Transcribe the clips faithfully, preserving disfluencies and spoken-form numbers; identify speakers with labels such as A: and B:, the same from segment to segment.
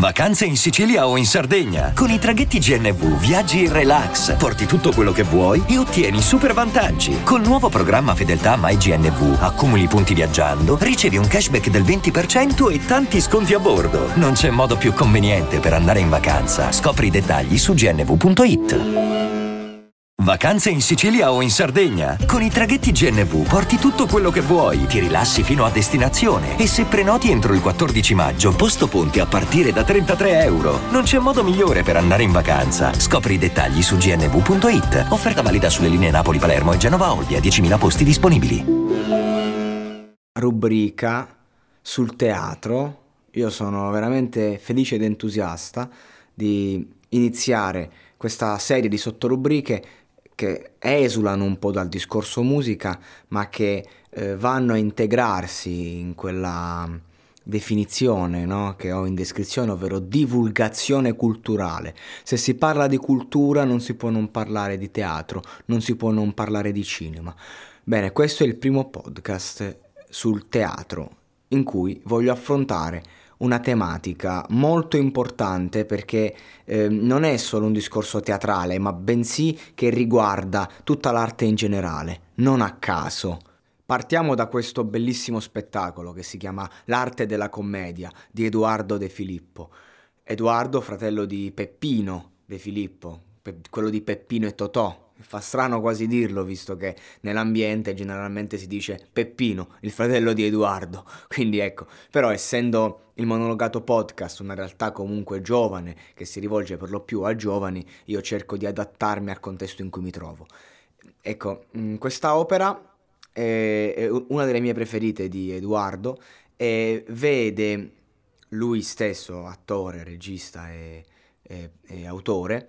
A: Vacanze in Sicilia o in Sardegna. Con i traghetti G N V viaggi in relax, porti tutto quello che vuoi e ottieni super vantaggi. Col nuovo programma Fedeltà MyGNV accumuli punti viaggiando, ricevi un cashback del venti per cento e tanti sconti a bordo. Non c'è modo più conveniente per andare in vacanza. Scopri i dettagli su g n v punto i t. Vacanze in Sicilia o in Sardegna. Con i traghetti G N V porti tutto quello che vuoi, ti rilassi fino a destinazione e se prenoti entro il quattordici maggio, posto ponti a partire da trentatré euro. Non c'è modo migliore per andare in vacanza. Scopri i dettagli su g n v punto i t. Offerta valida sulle linee Napoli-Palermo e Genova-Olbia, diecimila posti disponibili.
B: Rubrica sul teatro. Io sono veramente felice ed entusiasta di iniziare questa serie di sottorubriche che esulano un po' dal discorso musica, ma che eh, vanno a integrarsi in quella definizione, no, che ho in descrizione, ovvero divulgazione culturale. Se si parla di cultura non si può non parlare di teatro, non si può non parlare di cinema. Bene, questo è il primo podcast sul teatro in cui voglio affrontare una tematica molto importante perché eh, non è solo un discorso teatrale, ma bensì che riguarda tutta l'arte in generale, non a caso. Partiamo da questo bellissimo spettacolo che si chiama L'arte della commedia di Edoardo De Filippo. Edoardo, fratello di Peppino De Filippo, pe- quello di Peppino e Totò. Fa strano quasi dirlo, visto che nell'ambiente generalmente si dice Peppino, il fratello di Edoardo. Quindi ecco, però essendo il monologato podcast una realtà comunque giovane, che si rivolge per lo più a giovani, io cerco di adattarmi al contesto in cui mi trovo. Ecco, questa opera è una delle mie preferite di Edoardo e vede lui stesso, attore, regista e, e, e autore,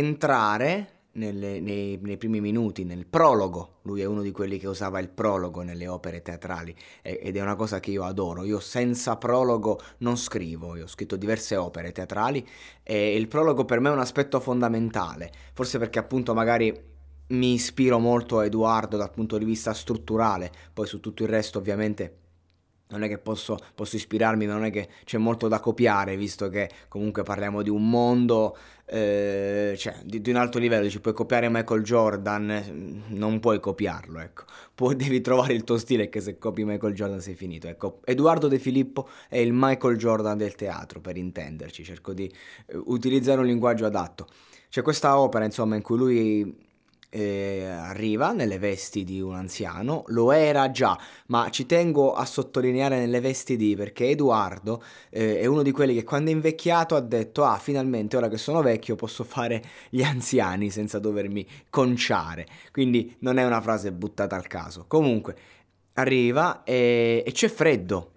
B: entrare Nelle, nei, nei primi minuti, nel prologo. Lui è uno di quelli che usava il prologo nelle opere teatrali eh, ed è una cosa che io adoro. Io senza prologo non scrivo. Io ho scritto diverse opere teatrali e il prologo per me è un aspetto fondamentale, forse perché appunto magari mi ispiro molto a Edoardo dal punto di vista strutturale, poi su tutto il resto ovviamente non è che posso, posso ispirarmi, ma non è che c'è molto da copiare, visto che comunque parliamo di un mondo, eh, cioè di, di un alto livello. Ci puoi copiare Michael Jordan, non puoi copiarlo, ecco. Poi devi trovare il tuo stile, che se copi Michael Jordan sei finito, ecco. Edoardo De Filippo è il Michael Jordan del teatro, per intenderci, cerco di eh, utilizzare un linguaggio adatto. C'è questa opera, insomma, in cui lui Eh, arriva nelle vesti di un anziano, lo era già, ma ci tengo a sottolineare nelle vesti di, perché Edoardo eh, è uno di quelli che quando è invecchiato ha detto: ah, finalmente ora che sono vecchio posso fare gli anziani senza dovermi conciare. Quindi non è una frase buttata al caso. Comunque arriva e, e c'è freddo,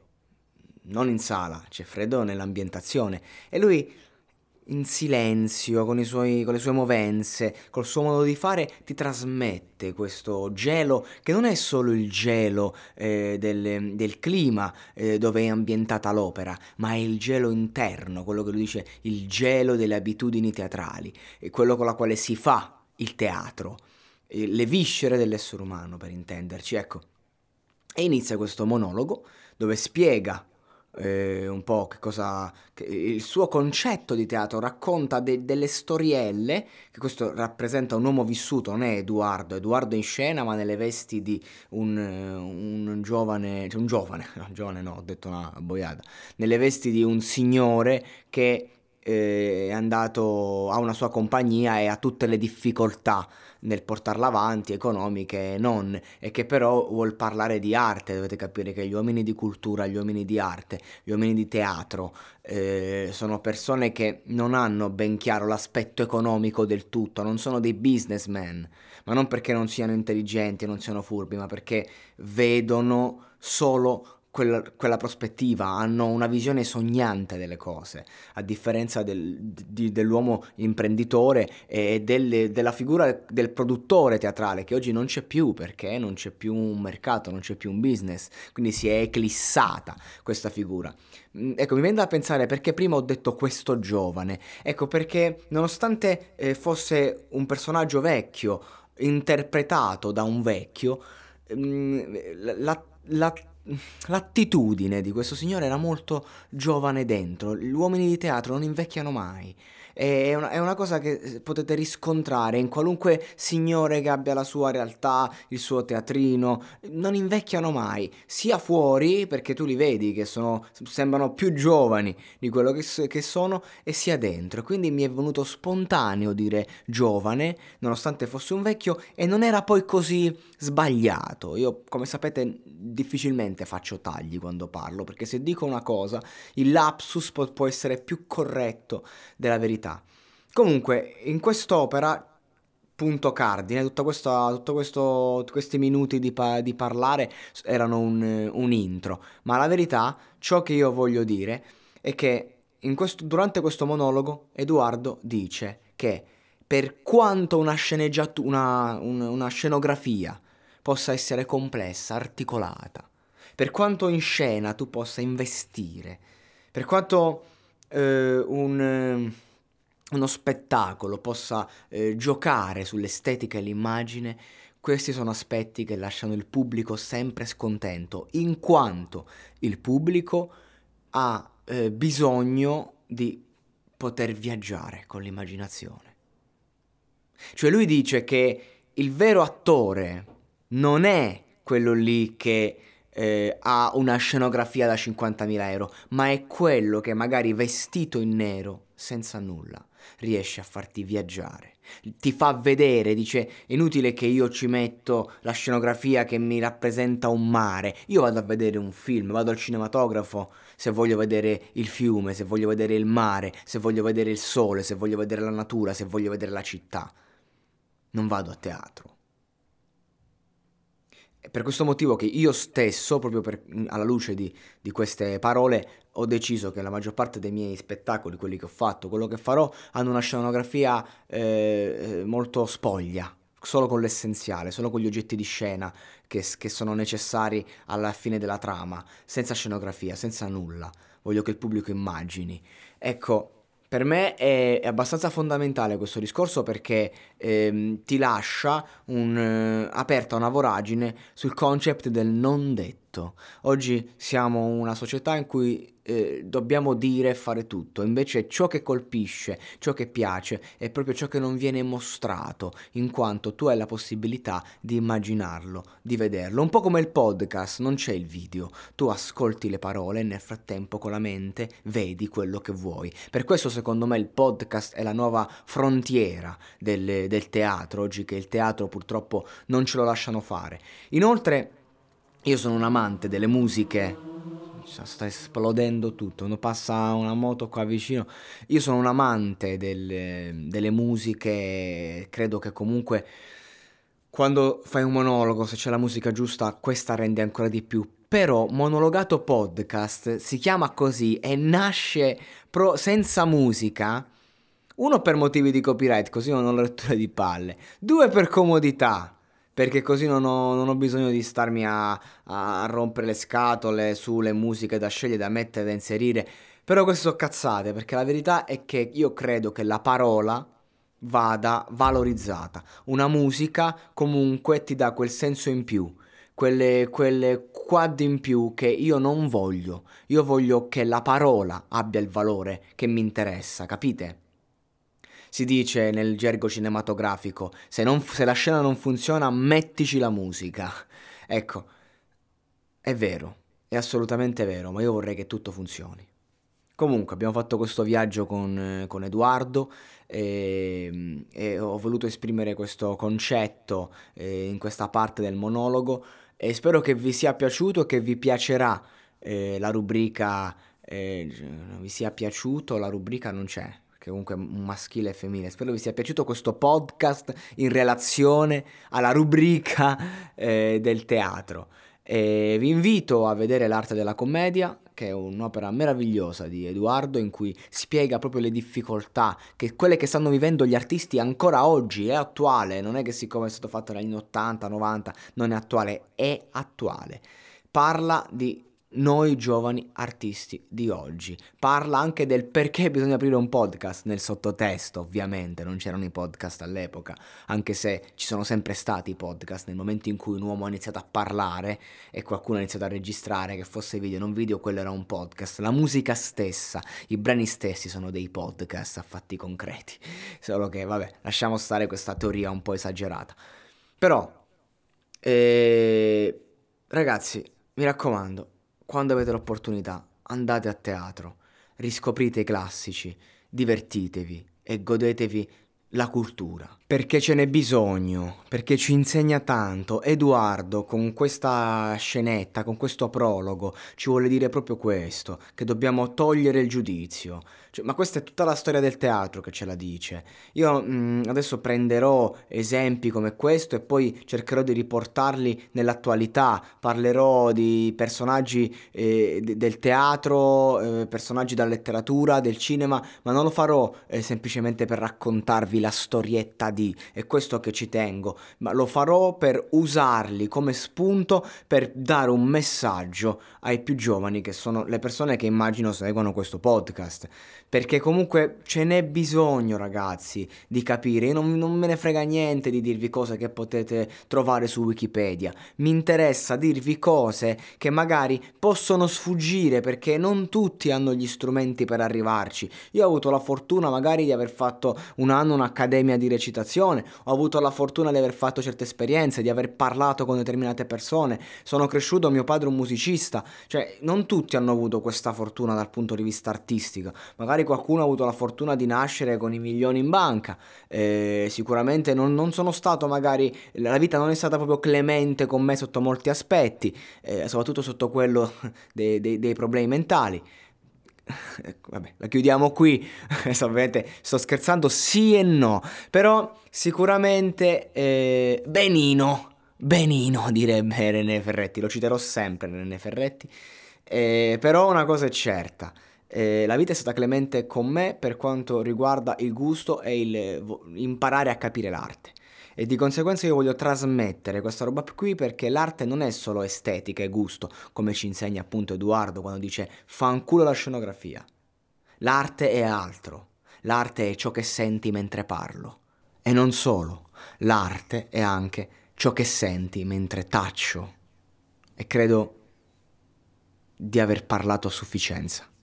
B: non in sala, c'è freddo nell'ambientazione e lui in silenzio, con i suoi, con le sue movenze, col suo modo di fare, ti trasmette questo gelo che non è solo il gelo eh, del, del clima eh, dove è ambientata l'opera, ma è il gelo interno, quello che lui dice, il gelo delle abitudini teatrali, è quello con la quale si fa il teatro, eh, le viscere dell'essere umano, per intenderci, ecco. E inizia questo monologo dove spiega eh, un po' che cosa, che il suo concetto di teatro, racconta de- delle storielle, che questo rappresenta un uomo vissuto, non è Edoardo, Edoardo in scena ma nelle vesti di un, un giovane, cioè un giovane, no, giovane no, ho detto una boiata, nelle vesti di un signore che eh, è andato, ha una sua compagnia e ha tutte le difficoltà nel portarla avanti, economiche e non, e che però vuol parlare di arte. Dovete capire che gli uomini di cultura, gli uomini di arte, gli uomini di teatro eh, sono persone che non hanno ben chiaro l'aspetto economico del tutto, non sono dei businessmen, ma non perché non siano intelligenti, non siano furbi, ma perché vedono solo Quella, quella prospettiva, hanno una visione sognante delle cose, a differenza del, di, dell'uomo imprenditore e delle, della figura del produttore teatrale, che oggi non c'è più, perché non c'è più un mercato, non c'è più un business, quindi si è eclissata questa figura. Ecco, mi viene da pensare perché prima ho detto questo giovane, ecco perché nonostante eh, fosse un personaggio vecchio, interpretato da un vecchio, mh, la, la l'attitudine di questo signore era molto giovane dentro. Gli uomini di teatro non invecchiano mai. È una, è una cosa che potete riscontrare in qualunque signore che abbia la sua realtà, il suo teatrino, non invecchiano mai, sia fuori perché tu li vedi che sono, sembrano più giovani di quello che, s- che sono, e sia dentro. Quindi mi è venuto spontaneo dire giovane, nonostante fosse un vecchio, e non era poi così sbagliato. Io, come sapete, difficilmente faccio tagli quando parlo, perché se dico una cosa, il lapsus può può essere più corretto della verità. Comunque, in quest'opera, punto cardine, tutta questa, tutto questo, tutti questi minuti di, pa- di parlare erano un, un intro, ma la verità, ciò che io voglio dire è che in questo- durante questo monologo Edoardo dice che per quanto una sceneggiatura, una, un- una scenografia possa essere complessa, articolata, per quanto in scena tu possa investire, per quanto eh, un, eh, uno spettacolo possa eh, giocare sull'estetica e l'immagine, questi sono aspetti che lasciano il pubblico sempre scontento, in quanto il pubblico ha eh, bisogno di poter viaggiare con l'immaginazione. Cioè lui dice che il vero attore non è quello lì che eh, ha una scenografia da cinquantamila euro, ma è quello che magari vestito in nero, senza nulla, riesce a farti viaggiare. Ti fa vedere, dice, è inutile che io ci metto la scenografia che mi rappresenta un mare. Io vado a vedere un film, vado al cinematografo se voglio vedere il fiume, se voglio vedere il mare, se voglio vedere il sole, se voglio vedere la natura, se voglio vedere la città. Non vado a teatro. È per questo motivo che io stesso, proprio per- alla luce di, di queste parole, ho deciso che la maggior parte dei miei spettacoli, quelli che ho fatto, quello che farò, hanno una scenografia eh, eh, molto spoglia, solo con l'essenziale, solo con gli oggetti di scena che, che sono necessari alla fine della trama, senza scenografia, senza nulla. Voglio che il pubblico immagini. Ecco, per me è, è abbastanza fondamentale questo discorso perché ehm, ti lascia un, eh, aperta una voragine sul concept del non detto. Oggi siamo una società in cui eh, dobbiamo dire e fare tutto, invece ciò che colpisce, ciò che piace è proprio ciò che non viene mostrato, in quanto tu hai la possibilità di immaginarlo, di vederlo. Un po' come il podcast, non c'è il video, tu ascolti le parole e nel frattempo con la mente vedi quello che vuoi. Per questo secondo me il podcast è la nuova frontiera del, del teatro, oggi che il teatro purtroppo non ce lo lasciano fare. Inoltre io sono un amante delle musiche. Sta esplodendo tutto, quando passa una moto qua vicino. Io sono un amante delle, delle musiche, credo che comunque quando fai un monologo, se c'è la musica giusta, questa rende ancora di più. Però Monologato Podcast si chiama così e nasce pro- senza musica. Uno per motivi di copyright, così non ho letture di palle. Due per comodità, perché così non ho, non ho bisogno di starmi a, a rompere le scatole sulle musiche da scegliere, da mettere, da inserire. Però queste sono cazzate, perché la verità è che io credo che la parola vada valorizzata. Una musica comunque ti dà quel senso in più, quelle, quelle quad in più che io non voglio. Io voglio che la parola abbia il valore che mi interessa, capite? Si dice nel gergo cinematografico, se, non- se la scena non funziona, mettici la musica. Ecco, è vero, è assolutamente vero, ma io vorrei che tutto funzioni. Comunque, abbiamo fatto questo viaggio con, eh, con Edoardo e, e ho voluto esprimere questo concetto eh, in questa parte del monologo e spero che vi sia piaciuto e che vi piacerà eh, la rubrica, eh, vi sia piaciuto, la rubrica non c'è, che comunque è un maschile e femminile. Spero vi sia piaciuto questo podcast in relazione alla rubrica eh, del teatro. E vi invito a vedere L'arte della commedia, che è un'opera meravigliosa di Edoardo in cui spiega proprio le difficoltà, che quelle che stanno vivendo gli artisti ancora oggi, è attuale, non è che siccome è stato fatto negli anni ottanta, novanta, non è attuale, è attuale. Parla di noi giovani artisti di oggi. Parla anche del perché bisogna aprire un podcast nel sottotesto, ovviamente, non c'erano i podcast all'epoca, anche se ci sono sempre stati i podcast. Nel momento in cui un uomo ha iniziato a parlare e qualcuno ha iniziato a registrare, che fosse video o non video, quello era un podcast. La musica stessa, i brani stessi sono dei podcast a fatti concreti, solo che vabbè, lasciamo stare questa teoria un po' esagerata. Però, eh, ragazzi, mi raccomando, quando avete l'opportunità, andate a teatro, riscoprite i classici, divertitevi e godetevi la cultura. Perché ce n'è bisogno, perché ci insegna tanto. Edoardo, con questa scenetta, con questo prologo, ci vuole dire proprio questo, che dobbiamo togliere il giudizio. Cioè, ma questa è tutta la storia del teatro che ce la dice. Io mh, adesso prenderò esempi come questo e poi cercherò di riportarli nell'attualità. Parlerò di personaggi eh, d- del teatro, eh, personaggi della letteratura, del cinema, ma non lo farò eh, semplicemente per raccontarvi la storietta di... È questo che ci tengo, ma lo farò per usarli come spunto per dare un messaggio ai più giovani, che sono le persone che immagino seguono questo podcast. Perché comunque ce n'è bisogno, ragazzi, di capire. Io non, non me ne frega niente di dirvi cose che potete trovare su Wikipedia. Mi interessa dirvi cose che magari possono sfuggire, perché non tutti hanno gli strumenti per arrivarci. Io ho avuto la fortuna magari di aver fatto un anno un'accademia di recitazione, ho avuto la fortuna di aver fatto certe esperienze, di aver parlato con determinate persone. Sono cresciuto, mio padre è un musicista. Cioè, non tutti hanno avuto questa fortuna dal punto di vista artistico. Magari qualcuno ha avuto la fortuna di nascere con i milioni in banca, eh, sicuramente non, non sono stato magari, la vita non è stata proprio clemente con me sotto molti aspetti, eh, soprattutto sotto quello dei, dei, dei problemi mentali. Vabbè, la chiudiamo qui. Ovviamente sto scherzando, sì e no, però sicuramente eh, benino, benino direbbe René Ferretti, lo citerò sempre René Ferretti, eh, però una cosa è certa. Eh, la vita è stata clemente con me per quanto riguarda il gusto e il eh, vo- imparare a capire l'arte. E di conseguenza io voglio trasmettere questa roba qui, perché l'arte non è solo estetica e gusto, come ci insegna appunto Edoardo quando dice fanculo la scenografia. L'arte è altro. L'arte è ciò che senti mentre parlo. E non solo. L'arte è anche ciò che senti mentre taccio. E credo di aver parlato a sufficienza.